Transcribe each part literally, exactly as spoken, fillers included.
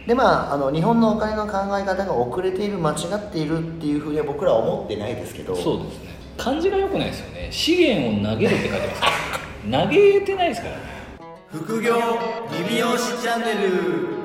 でまあ、あの日本のお金の考え方が遅れている間違っているっていうふうには僕らは思ってないですけど。 そうですね、漢字が良くないですよね。資源を投げるって書いてますから投げてないですからね。 副業リビオシチャンネル。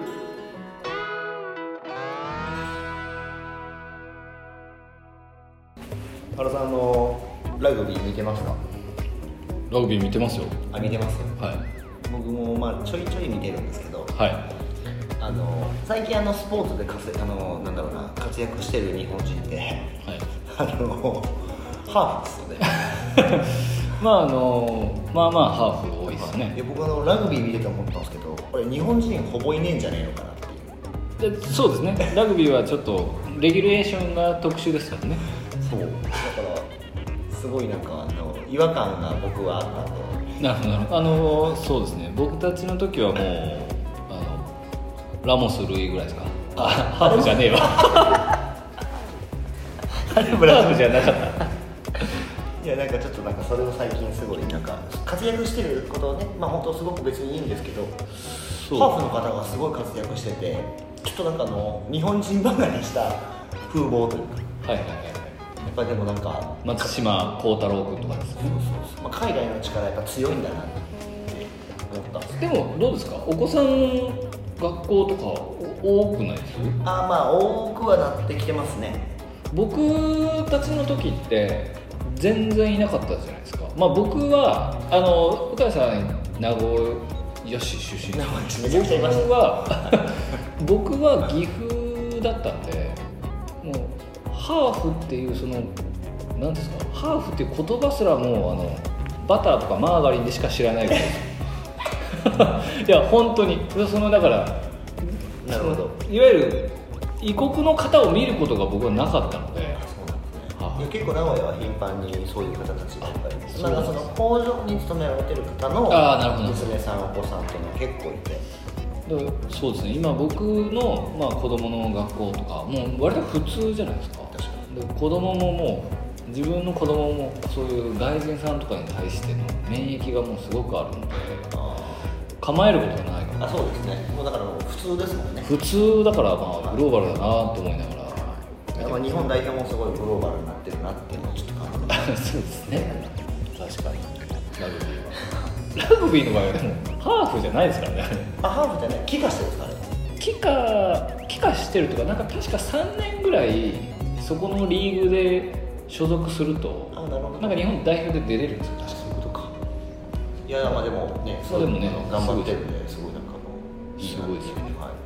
原さん、あのラグビー見てますか？ ラグビー見てますよ。 あ、見てます。 はい。 僕もまあちょいちょい見てるんですけど、 はい。 あの最近あのスポーツで活あのなんだろうな活躍してる日本人って、はい、あのハーフですよね。 まああのまあまあハーフ多いですね。 いや僕あのラグビー見てて思ったんですけど、これ日本人ほぼいねえんじゃねえのかなっていう。 でそうですね。ラグビーはちょっとレギュレーションが特殊ですからね。 そうだからすごいなんかあの違和感が僕はあったと。 なるほどなるほど。あのそうですね。僕たちの時はもうあのラモス・ルイぐらいですか。あ、ハーフじゃねえわ。ハーフじゃなかった。 いやなんかちょっとなんかそれを最近すごいなんか活躍してることをね、まあ本当すごく別にいいんですけど、ハーフの方がすごい活躍してて、ちょっとなんかあの日本人離れした風貌というか、 はいはいはい。 やっぱりでもなんか松島幸太郎君とかですね。 そうそうそう、まあ、海外の力やっぱ強いんだなって思ったんです。 でもどうですか、お子さん学校とか多くないです？ あまあ多くはなってきてますね。 僕たちの時って全然いなかったじゃないですか。まあ僕はあの鵜飼さん名古屋市出身ですめちゃくちゃいました。 僕は僕は岐阜だったんで、もうハーフっていうその何ですか、ハーフっていう言葉すらもうあのバターとかマーガリンでしか知らないぐらいいや本当にそのだからなるほど、 いわゆる異国の方を見ることが僕はなかったので。 そうなんですね。いや結構名古屋は頻繁にそういう方たちがやっぱりそうなんかその工場に勤められてる方のあーなるほど娘さんお子さんっていうのは結構いて、 でそうですね、今僕の、まあ、子供の学校とかもう割と普通じゃないですか。 確かで子供ももう自分の子供もそういう外人さんとかに対しての免疫がもうすごくあるのであ構えることがないから。 あそうですね、もうだからもう普通ですもんね。 普通だからまあグローバルだなと思いながらまあ日本代表もすごいグローバルになってるなっていうのをちょっと感じます。 そうですね、確かにラグビーはラグビーの場合はでもハーフじゃないですからね。 あハーフじゃない帰化してるんですかね。 帰化帰化してるとか、なんか確かさんねんぐらいそこのリーグで所属すると、 あなるほど、 なんか日本代表で出れるんですよ。確かそういうことか。いやまあでもね、 まあでもね頑張ってるんですごいなんかもうすごいですよね。 はい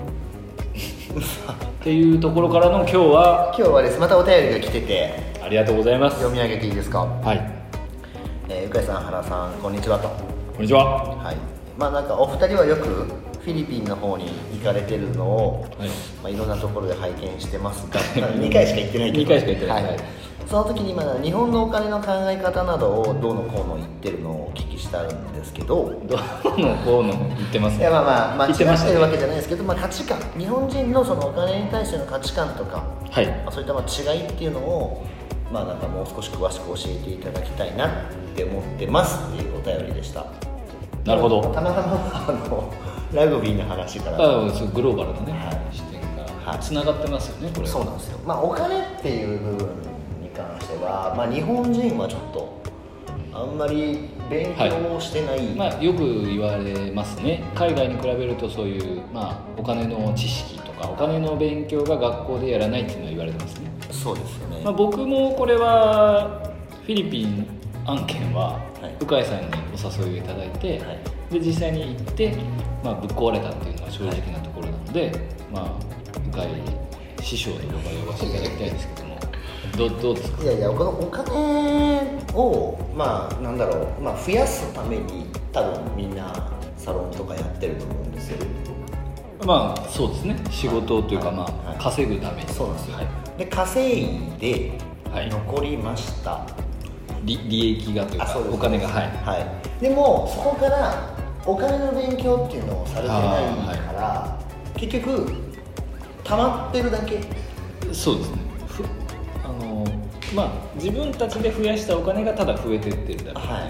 っていうところからの今日は今日はですまたお便りが来ててありがとうございます。 読み上げていいですか。 はい、 えー、鵜飼さん原さんこんにちはと。 こんにちは。 はい、まあなんかお二人はよくフィリピンの方に行かれてるのを、 はい、 まあ、いろんなところで拝見してますがにかいしか行ってないけどにかいしか行ってない、 はい、その時にまだ日本のお金の考え方などをどうのこうの言ってるのをお聞きしたんですけど、 どうのこうの言ってますね。 いやまあまあ間違言ってましたねってるわけじゃないですけど、まあ、価値観日本人のそのお金に対しての価値観とか、 はい、 まあ、そういったまあ違いっていうのをまあなんかもう少し詳しく教えていただきたいなって思ってますっていうお便りでした。 なるほど。 たまたまあのラグビーの話からあそうグローバルなね、 はい、 視点がつながってますよね、これ。 そうなんですよ。まあお金っていう部分に関しては、まあ、日本人はちょっとあんまり勉強をしてない、 はい、まあ、よく言われますね。海外に比べるとそういう、まあ、お金の知識とかお金の勉強が学校でやらないっていうのは言われてますね。 そうですよね。 まあ、僕もこれはフィリピン案件は鵜飼さんにお誘いをいただいて、はい、で実際に行って、まあ、ぶっ壊れたっていうのは正直なところなので、まあ、鵜飼師匠と僕は呼ばせていただきたいんですけども、ど, どうですか。 いやいやこのお金をまあなんだろう、まあ、増やすために多分みんなサロンとかやってると思うんですよ。 まあそうですね、仕事というか、 はい、 まあ、はい、稼ぐために。 そうなんですよ、 はい、 で稼いではい、 残りました、 利, 利益がというかお金が、はい、 はい、でもそこからお金の勉強っていうのをされてないから、はい、結局溜まってるだけ。 そうですね。ふあのまあ自分たちで増やしたお金がただ増えてってるだけですね、はい、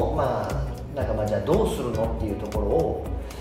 それをまあなんかまあじゃあどうするのっていうところを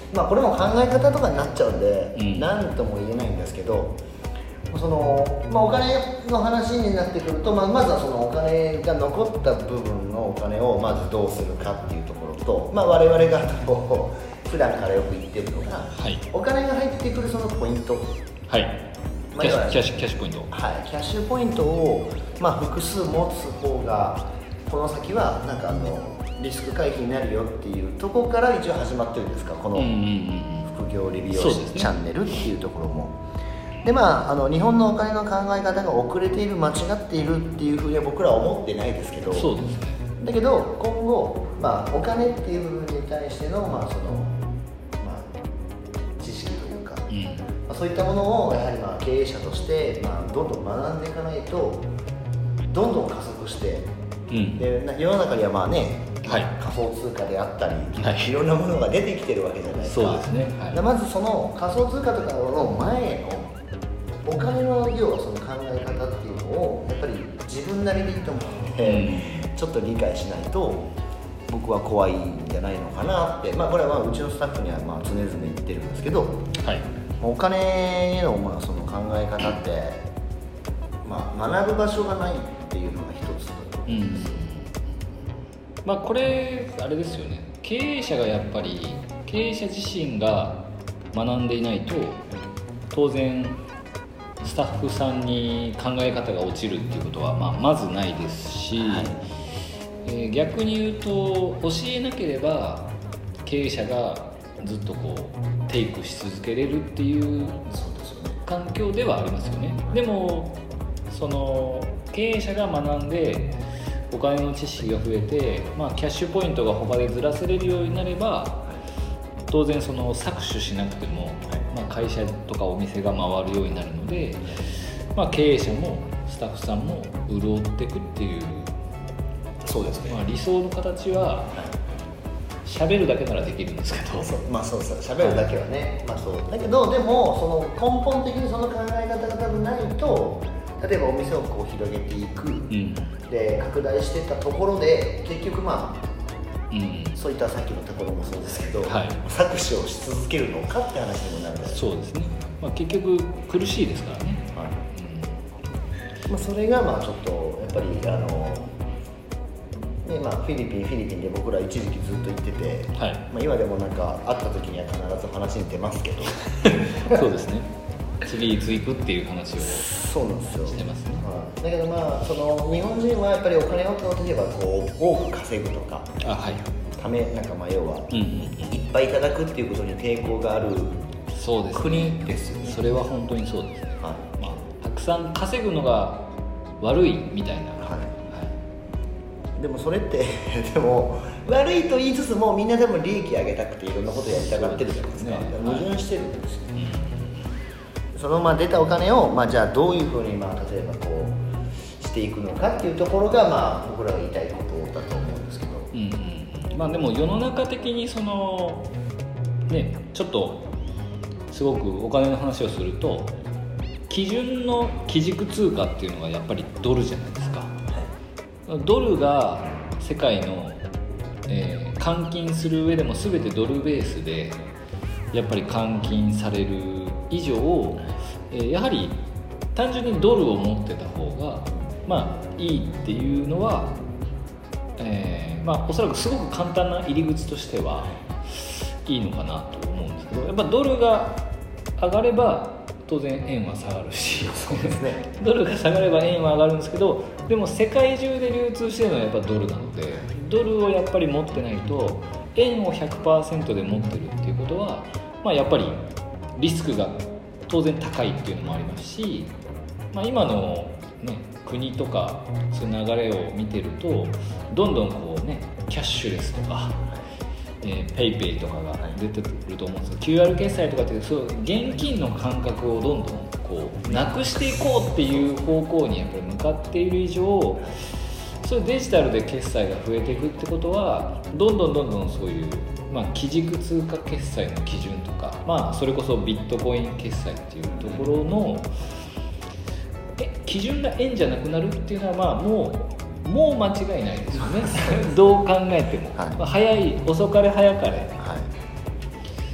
まあこれも考え方とかになっちゃうんで何、 うん、 とも言えないんですけど、その、まあ、お金の話になってくると、まあ、まずはそのお金が残った部分のお金をまずどうするかっていうところと、まあ、我々がこう普段からよく言ってるのが、はい、お金が入ってくるそのポイント、 はい、まあ、キャッシュ、キャッシュポイント、 はい、キャッシュポイントを、まあ、複数持つ方がこの先はなんかあのリスク回避になるよっていうところから一応始まってるんですか、この副業理美容師チャンネルっていうところも。でまあ、あの日本のお金の考え方が遅れている、間違っているっていうふうには僕らは思ってないですけど、 そうですね、 だけど今後、まあ、お金っていう部分に対しての、まあそのまあ、知識というか、うん、まあ、そういったものをやはりまあ経営者として、まあ、どんどん学んでいかないとどんどん加速して、うん、で世の中にはまあね、はい、仮想通貨であったり、はい、いろんなものが出てきてるわけじゃないですか。 そうですね、はい、 まずその仮想通貨とかの前のお金の要はその考え方っていうのをやっぱり自分なりにと思って、うん、ちょっと理解しないと僕は怖いんじゃないのかなって、まあ、これはまあうちのスタッフにはまあ常々言ってるんですけど、はい、お金へのまあその考え方って、まあ、学ぶ場所がないっていうのが一つだと思うんですよ、 うん、まあ、これあれですよね、経営者がやっぱり経営者自身が学んでいないと当然スタッフさんに考え方が落ちるっていうことは、まあ、まずないですし、はい、えー、逆に言うと教えなければ経営者がずっとこうテイクし続けれるっていう環境ではありますよね。でもその経営者が学んでお金の知識が増えて、まあ、キャッシュポイントが他でずらせれるようになれば当然その搾取しなくても、まあ、会社とかお店が回るようになるので、まあ、経営者もスタッフさんも潤っていくっていう、 そうですね、 まあ、理想の形は喋るだけならできるんですけど、 そう、まあそうそう、喋るだけはね、まあそうだけど、でもその根本的にその考え方が多分ないと、例えばお店をこう広げていく、うん、で拡大していったところで結局まあうん、そういったさっきのところもそうですけど、はい、搾取をし続けるのかって話にもなるんですそうですね、まあ、結局苦しいですからね、はい、 うん、まあ、それがまあちょっとやっぱりあの、ね、まあ、フィリピンフィリピンで僕ら一時期ずっと行ってて、はい、まあ、今でもなんか会った時には必ず話に出ますけどそうですね、次いつ行くっていう話をそうなんですよしてますね、 はい、だけどまあその日本人はやっぱりお金を例えばこう多く稼ぐとか、あ、はい、ためなんかまあ要は、うん、いっぱいいただくっていうことに抵抗があるそうです、ね、 国ですよね。 それは本当にそうですね、はい、まあ、たくさん稼ぐのが悪いみたいな、はいはい、 でもそれってでも悪いと言いつつもみんな多分利益上げたくていろんなことやりたがってるじゃないですか、ね、矛盾してるんですよ、はい、うん、そのまあ出たお金を、まあ、じゃあどういうふうにまあ例えばこうしていくのかっていうところがまあ僕らが言いたいことだと思うんですけど、うんうん、まあ、でも世の中的にそのねちょっとすごくお金の話をすると基準の基軸通貨っていうのがやっぱりドルじゃないですか、はい、ドルが世界の、えー、換金する上でも全てドルベースでやっぱり換金される以上、えー、やはり単純にドルを持ってた方がまあいいっていうのは、えー、まあおそらくすごく簡単な入り口としてはいいのかなと思うんですけど、やっぱドルが上がれば当然円は下がるし、そうですね、ドルが下がれば円は上がるんですけど、でも世界中で流通してるのはやっぱドルなので、ドルをやっぱり持ってないと円を ひゃくパーセント で持ってるっていうことは、まあ、やっぱりリスクが当然高いっていうのもありますし、まあ、今の、ね、国とかそういう流れを見てるとどんどんこうねキャッシュレスとかえー、ペイペイとかが出てくると思うんですけど、 キューアール 決済とかっていうそう現金の感覚をどんどんこうなくしていこうっていう方向にやっぱり向かっている以上、そういうデジタルで決済が増えていくってことはどんどんどんどんそういう、まあ、基軸通貨決済の基準とか、まあ、それこそビットコイン決済っていうところのえ基準が円じゃなくなるっていうのは、まあもうもう間違いないですよねどう考えても、はい、まあ、早い遅かれ早かれ、はい、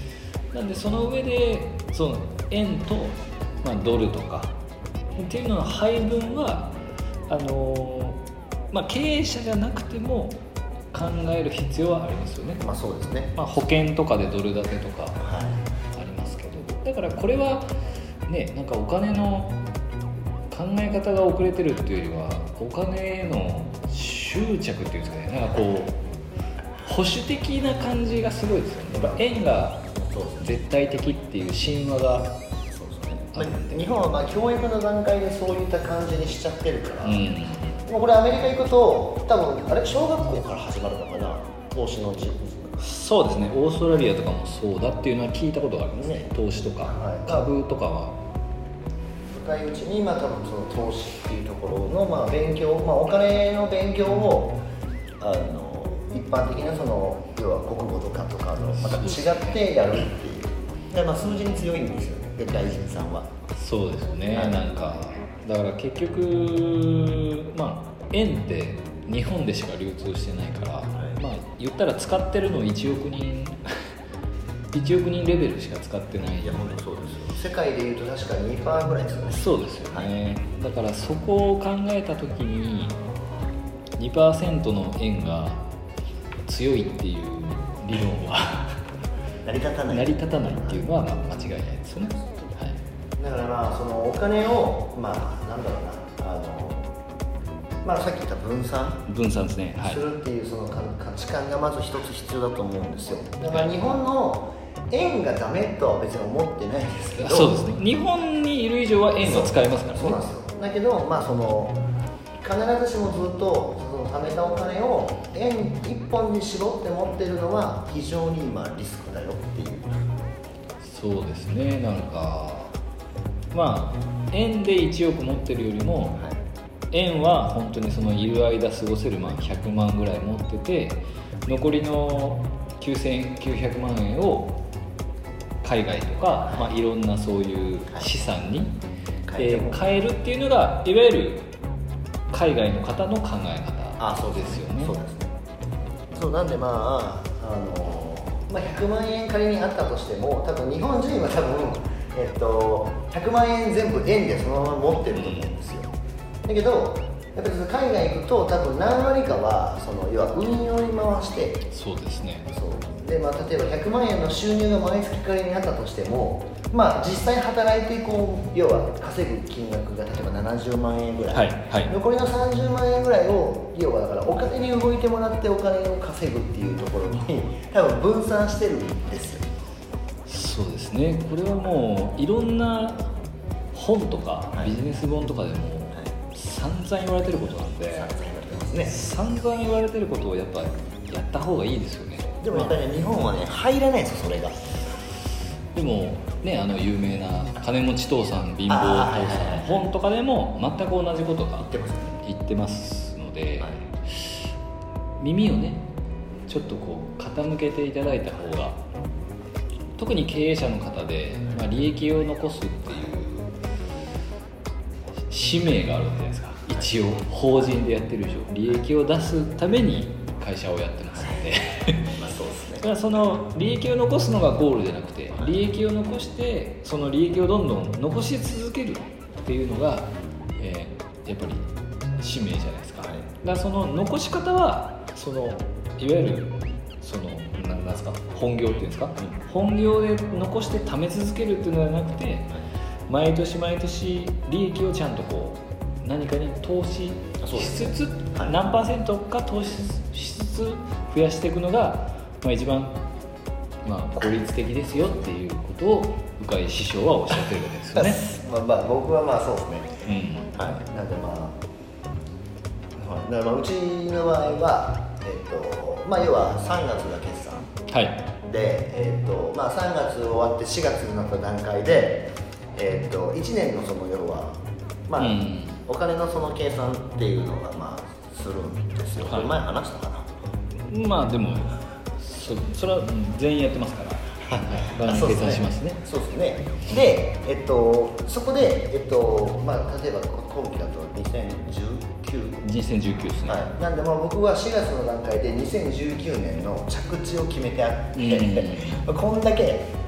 なんでその上でその円と、まあ、ドルとかっていうのの配分はあの、まあ、経営者じゃなくても考える必要はありますよね。 まあそうですね、 まあ、保険とかでドル建てとかありますけど、はい、だからこれはね、なんかお金の考え方が遅れてるっていうよりはお金への執着っていうんですかね、なんかこう保守的な感じがすごいですよね。やっぱ円が絶対的っていう神話がそうですね、まあ、日本はまあ教育の段階でそういった感じにしちゃってるから、うん、でもこれアメリカ行くと多分あれ小学校から始まるのかな、投資の授業。 そうですね、オーストラリアとかもそうだっていうのは聞いたことがありますね。投資とか、はい、株とかは若いうちにまあ多分その投資っていうところのまあ勉強、まあ、お金の勉強をあの一般的なその要は国語とかとかのまた違ってやるっていう、でまあ数字に強いんですよね、外人さんは。 そうですね、はい、なんかだから結局まあ円って日本でしか流通してないから、はい、まあ言ったら使ってるのいちおくにんいちおくにんレベルしか使ってない。 いや本当そうですよ、世界でいうと確か にパーセント ぐらいですよね。 そうですよね、はい、だからそこを考えた時に にパーセント の円が強いっていう理論は成り立たない成り立たないっていうのはまあ間違いないですよね、はい、 だからまあそのお金をまあなんだろうな、あのまあさっき言った分散分散ですね、はい、 するっていうその価値観がまず一つ必要だと思うんですよ。だから日本の円がダメとは別に思ってないですけど、 そうですね、日本にいる以上は円は使えますからね。 そうなんですよ。だけどまあその必ずしもずっとその貯めたお金を円一本に絞って持ってるのは非常に今リスクだよっていう。 そうですね、なんかまあ円でいちおく持ってるよりも、はい、円は本当にそのいる間過ごせるまあひゃくまんぐらい持ってて、残りのきゅうせんきゅうひゃくまんえんを海外とか、はい、まあ、いろんなそういう資産に、はい、えー、変えるっていうのがいわゆる海外の方の考え方ですよね。 そうですね。そうなんでまああの、まあ、ひゃくまんえん仮にあったとしても多分日本人は多分、えっと、ひゃくまんえん全部円でそのまま持ってると思うんですよ。だけどやっぱり海外行くと多分何割かはその要は運用に回して、 そうですね、 そうで、まあ、例えばひゃくまんえんの収入が毎月仮にあったとしても、まあ、実際働いてこう要は稼ぐ金額が例えばななじゅうまんえんぐらい、 はいはい、 残りのさんじゅうまんえんぐらいを要はだからお金に動いてもらってお金を稼ぐっていうところに多分分散してるんですよ。 そうですね、これはもういろんな本とか、はい、ビジネス本とかでも、はい、散々言われてることなんで、 散々言われてますね。 散々言われてることをやっぱやった方がいいですよね。 でもやっぱり、ね、日本はね入らないですよそれが。 でもね、あの有名な金持ち父さん貧乏父さんの本とかでも全く同じことが言ってますので、はい、耳をねちょっとこう傾けていただいた方が、特に経営者の方で、まあ、利益を残すっていう使命があるわけじゃないですか。一応法人でやってる以上利益を出すために会社をやってますのでまあそうですね。 だからその利益を残すのがゴールじゃなくて、利益を残してその利益をどんどん残し続けるっていうのが、えー、やっぱり使命じゃないですか。はい、だからその残し方はそのいわゆるそのなんですか本業っていうんですか、うん、本業で残して貯め続けるっていうのではなくて、毎年毎年利益をちゃんとこう何かに投資しつつ、はい、何パーセントか投資しつつ増やしていくのが、まあ、一番、まあ、効率的ですよっていうことを鵜飼師匠はおっしゃってるわけですよね。 まあまあ僕はまあそうですね、 うん、 はい、なんでまあ、はい、だからまあうちの場合は、えーとまあ、要はさんがつが決算、 はい、 で、えーとまあ、さんがつ終わってしがつになった段階で、えー、といちねんのその要は、まあうん、お金のその計算っていうのがまあするんですよ。はい、前話したかな。 まあでも そ, それは全員やってますから、計算しますね。 そうですね。で、えっと、そこで、えっとまあ、例えば今期だとにせんじゅうきゅうにせんじゅうきゅうですね。 はい、なんでまあ僕はしがつの段階でにせんじゅうきゅうねんの着地を決めてあって、うん、こんだけ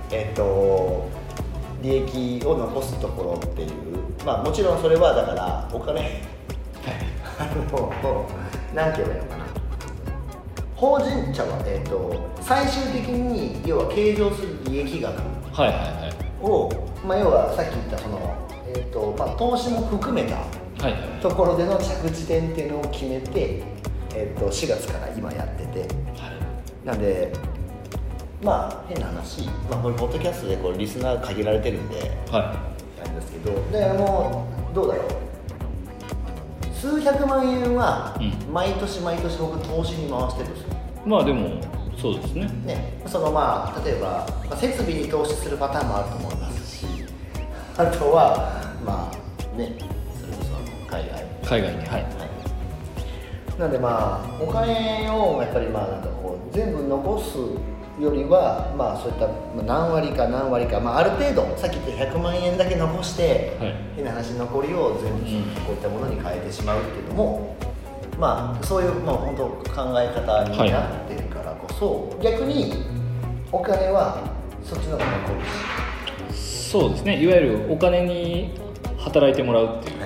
えっと利益を残すところっていう、まあもちろんそれはだからお金、はい、あの何て言えばいいのかな、法人茶は、えー、と最終的に要は計上する利益額を、はいはいはい、まあ、要はさっき言ったその、えーとまあ、投資も含めたところでの着地点っていうのを決めて、えー、としがつから今やってて、はい、なんでまあ変な話、まあ、これポッドキャストでこれリスナー限られてるんで、はい、なんですけど、でもうどうだろう、数百万円は毎年毎年僕投資に回してるんですよ。 まあでもそうですね。 ね、そのまあ例えば、まあ、設備に投資するパターンもあると思いますし、あとはまあね、それこそ海外海外に、はい、はい、 なのでまあお金をやっぱりまあなんかこう全部残すよりはまあそういった何割か何割か、まあ、ある程度さっき言ったひゃくまんえんだけ残して、はい、変な話残りを全部こういったものに変えてしまうっていうのも、うん、まあそういう、まあ、本当考え方になってるからこそ、はい、逆にお金はそっちの方が残るし、そうですね、いわゆるお金に働いてもらうっていう、はい、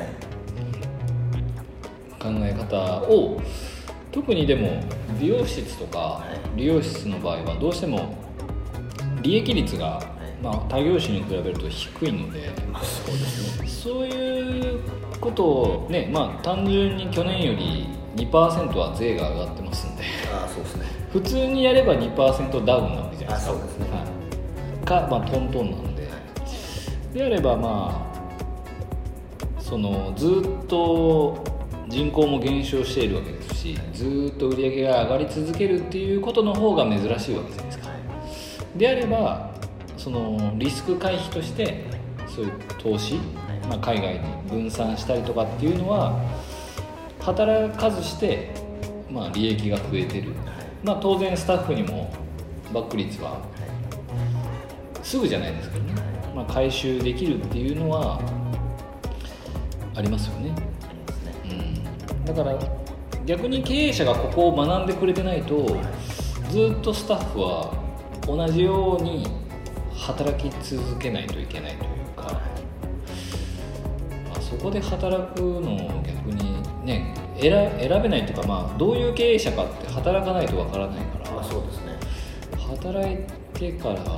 考え方を特にでも美容室とか理容室の場合はどうしても利益率が、まあ、他業種に比べると低いので、そうですね、そういうことをね、まあ単純に去年より にパーセント は税が上がってますんで、 あ、そうですね、 普通にやれば にパーセント ダウンなわけじゃないですか。 あ、そうですね、はい、 か、まあ、トントンなんで、であればまあそのずっと人口も減少しているわけですし、ずっと売り上げが上がり続けるっていうことの方が珍しいわけじゃないですか。であればそのリスク回避としてそういう投資、まあ、海外に分散したりとかっていうのは働かずして、まあ、利益が増えてる、まあ、当然スタッフにもバック率はすぐじゃないですけどね、まあ、回収できるっていうのはありますよね。だから逆に経営者がここを学んでくれてないとずっとスタッフは同じように働き続けないといけないというか、まあ、そこで働くのを逆にね選, 選べないというか、まあ、どういう経営者かって働かないとわからないから、 まあ、そうですね、 働いてからちょっ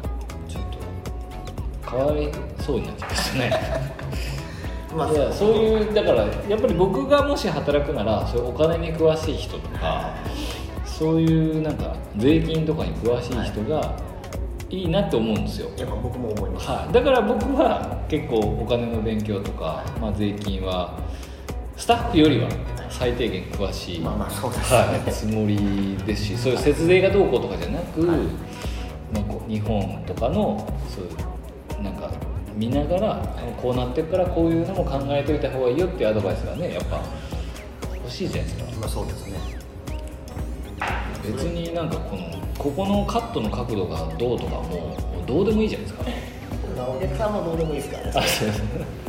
とかわいそうになっちゃいましたねまあ、いやそういうだからやっぱり僕がもし働くならそういうお金に詳しい人とかそういうなんか税金とかに詳しい人がいいなって思うんですよ。 やっぱ僕も思います、 はい、だから僕は結構お金の勉強とか、まあ、税金はスタッフよりは最低限詳しい、 まあまあそうですね、 はい、つもりですし、そういう節税がどうこうとかじゃなく、はい、まあ、こう日本とかのそういうなんか見ながらこうなってるからこういうのも考えておいた方がいいよっていうアドバイスがねやっぱ欲しいじゃないですか。 まあそうですね。 別になんかこのここのカットの角度がどうとかもうどうでもいいじゃないですか。 お客さんもどうでもいいですからね。あ、そうですね。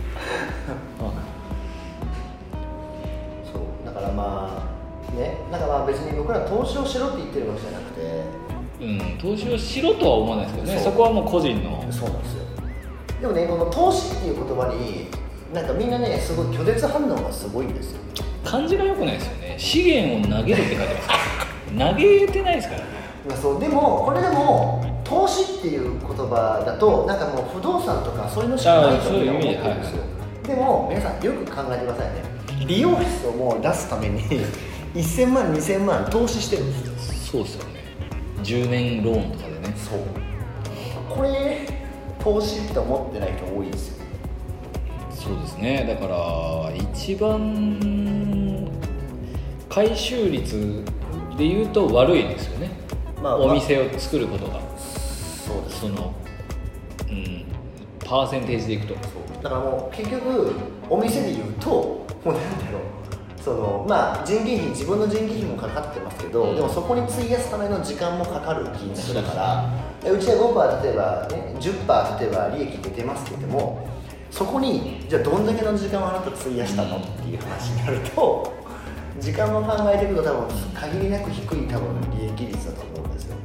そうだからまあね、なんかまあ別に僕ら投資をしろって言ってるわけじゃなくて、 うん、投資をしろとは思わないですけどね。そ, そこはもう個人の。 そうなんですよ。でもね、この投資っていう言葉になんかみんなねすごい拒絶反応がすごいんですよ。 漢字が良くないですよね。資源を投げるって書いてます投げてないですからね。 そうでもこれでも投資っていう言葉だとなんかもう不動産とかそういうのしかないと思ってるんですよ。はいはい、でも皆さんよく考えてくださいね。美容室をもう出すためにせんまんにせんまん投資してるんですよ。 そうですよね。じゅうねんローンとかでね。 そうこれ投資って思ってない人多いですよ。 そうですね。だから一番回収率でいうと悪いですよね、まあ、お店を作ることが、まあ、そうです、その、うん、パーセンテージでいくと。 そうだからもう結局お店でいうともうなんだろう、そのまあ人件費自分の人件費もかかってますけど、うん、でもそこに費やすための時間もかかる金額だからうちは ごパーセント 例えば、ね、じゅっパーセント 例えば利益出てますって言ってもそこにじゃあどんだけの時間をあなた費やしたのっていう話になると時間を考えていくと多分限りなく低い多分利益率だと思うんですよ。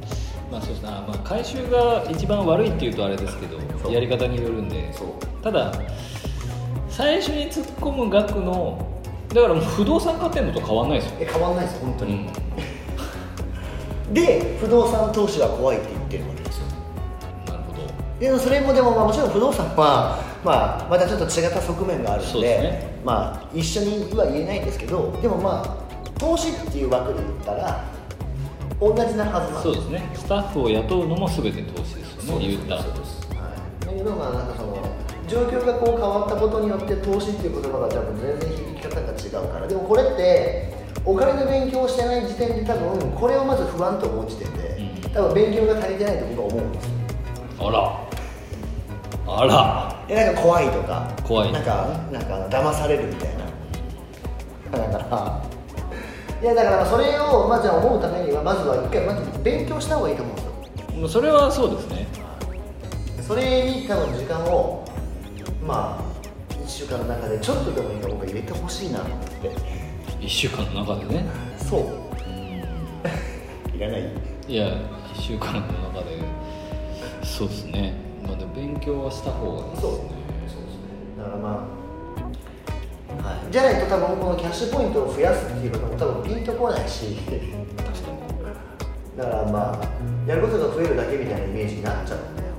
まあそうですね、まあ、回収が一番悪いっていうとあれですけど、やり方によるんで、そうただ最初に突っ込む額のだからもう不動産買ってんのと変わんないですよ。 え変わんないです本当に、うん、で不動産投資は怖いって言ってるわけですよ。 なるほど。 でもそれもでもまあもちろん不動産は、まあ、またちょっと違った側面があるの で, で、ね、まあ一緒には言えないんですけど、でもまあ投資っていう枠で言ったら同じなはずなんです。 そうですね。スタッフを雇うのも全て投資ですよね。言ったらそうです、 はい、だけどまあなんかその状況がこう変わったことによって投資っていう言葉が多分全然響き方が違うから。でもこれってお金の勉強をしてない時点で多分これをまず不安と思う時点で、うん、多分勉強が足りてないと僕は思うんですよ。 あらあらいやなんか怖いとか怖いなんかなんか騙されるみたいなだからいやだからそれをまずは思うためにはまずは一回まず勉強した方がいいと思うんですよ。 それはそうですね。 それに多分時間をまあいっしゅうかんの中でちょっとでもいいから僕は入れてほしいなと思って。 いっしゅうかんの中でね。 そう。いらない。 いやいっしゅうかんの中でそうですね。まあでも勉強はした方がいいですね。そうですね。 だからまあ、はい、じゃないと多分このキャッシュポイントを増やすっていうことも多分ピンとこないし。確かに。だからまあやることが増えるだけみたいなイメージになっちゃうんだよ。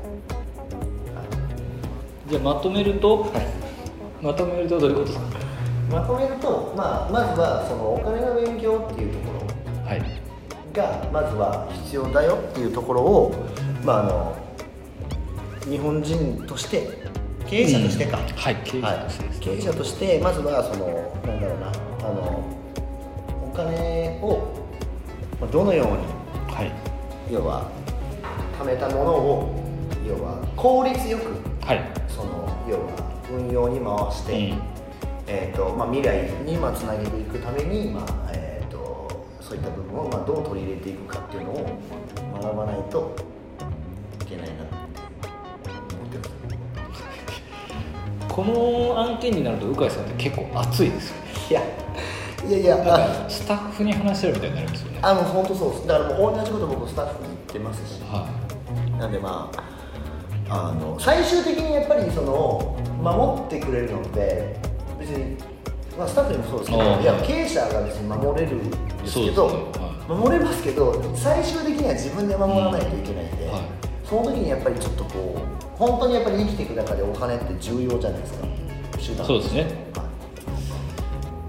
じゃあまとめると、はい、まとめるとどういうことですか。 まとめると、まあ、まずはそのお金の勉強っていうところがまずは必要だよっていうところを、まあ、あの日本人として経営者としてか、うん、 はい経営者として、 はい、経営者としてまずはそのなんだろうなあのお金をどのように、はい、要は貯めたものを要は効率よく、はい、その要は運用に回して、うんえーとまあ、未来にまあつなげていくために、まあえー、とそういった部分をまあどう取り入れていくかっていうのを学ばないといけないなって思ってます。 この案件になると鵜飼さんって結構熱いですよね。 いやいやいやなんかスタッフに話してるみたいになりますよね。 あの本当そうです。だからもう同じこと僕スタッフに言ってますし、はい、なんでまああの最終的にやっぱりその守ってくれるのって別に、まあ、スタッフにもそうですけど、いや経営者が別に守れるんですけど、ねはい、守れますけど最終的には自分で守らないといけないんで、うんはい、その時にやっぱりちょっとこう本当にやっぱり生きていく中でお金って重要じゃないですか。手段そうですね、はい、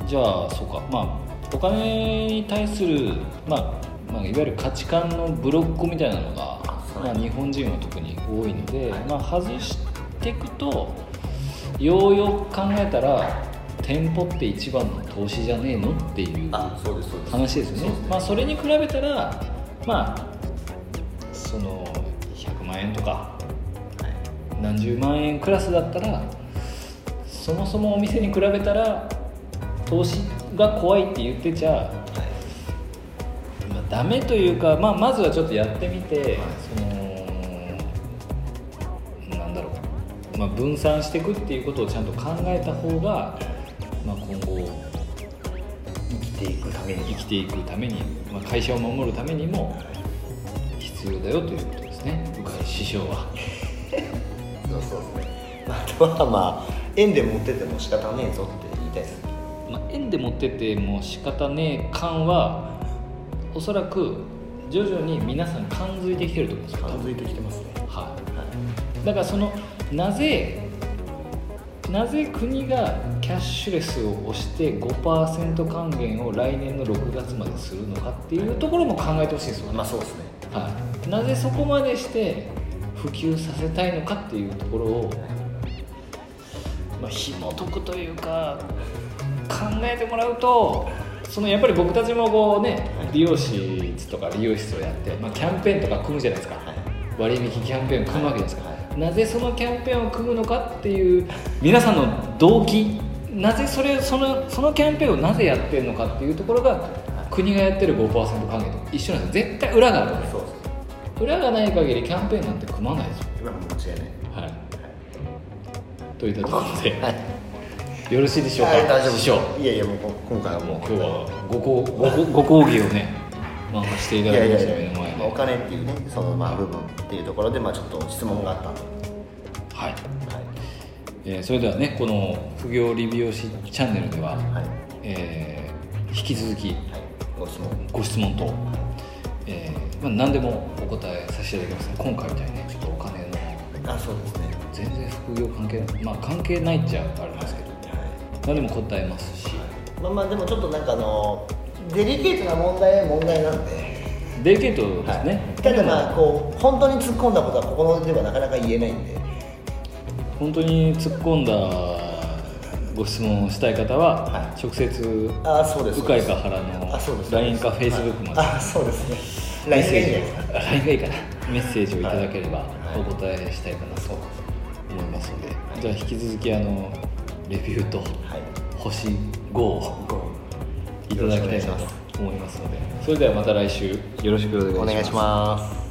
じゃあそうかまあお金に対する、まあまあ、いわゆる価値観のブロックみたいなのが、まあ、日本人は特に多いので、はいまあ、外していくとようよく考えたら店舗って一番の投資じゃねえのっていう話ですよね。まあそれに比べたらまあそのひゃくまんえんとか何十万円クラスだったらそもそもお店に比べたら投資が怖いって言ってちゃ、まあ、ダメというか、まあ、まずはちょっとやってみてそのまあ、分散していくっていうことをちゃんと考えた方が、まあ、今後生きていくために生きていくために、まあ、会社を守るためにも必要だよということですね。鵜飼師匠はそうそうですね。あとはまあ円で持ってても仕方ねえぞって言いたいです、 まあ、円で持ってても仕方ねえ感はおそらく徐々に皆さん感づいてきてると思うんですよ。 感づいてきてますね、 はい、だからそのなぜなぜ国がキャッシュレスを押して ごパーセント 還元を来年のろくがつまでするのかっていうところも考えてほしいですよね。 まあそうですね、 はい、なぜそこまでして普及させたいのかっていうところを、まあ、紐解くというか考えてもらうとそのやっぱり僕たちもこうね利用室とか利用室をやって、まあ、キャンペーンとか組むじゃないですか。割引キャンペーンを組むわけですから、なぜそのキャンペーンを組むのかっていう皆さんの動機、なぜそれそのそのキャンペーンをなぜやってるのかっていうところが国がやってる ごパーセント 還元と一緒なんですよ。絶対裏がある。そうです。裏がない限りキャンペーンなんて組まないですよ。 今も間違いない。 はい。といったところで、はい、よろしいでしょうか。 はい、大丈夫。 師匠。 いやいやもう今回はもう今日はご講ごご講義をねまあ、していただきました、目の前で。 お金っていうね、そのまあ部分っていうところで、まあ、ちょっと質問があったと。 はい、はいえー、それではね、この副業理美容師チャンネルでは、はいえー、引き続き、はい、ご質問ご質問と、はいえーまあ、何でもお答えさせていただきますね。今回みたいにね、ちょっとお金のあそうですね全然副業関係ない、まあ関係ないっちゃあるんですけど、はい、何でも答えますし、 まあまあでもちょっとなんかあのデリケートな問題は問題なんで、 デリケートですね、 はい、ただまあこう本当に突っ込んだことはここではなかなか言えないんで、 本当に突っ込んだご質問をしたい方は、はい、直接鵜飼か原の ライン か Facebook まで、 あそうですね、 ライン がいいんじゃないですか。ライン がいいかな。メッセージをいただければお答えしたいかなと思いますので、はい、じゃあ引き続きあのレビューと星ごをいただきたいなと思いますので、それではまた来週よろしくお願いします。 お願いします。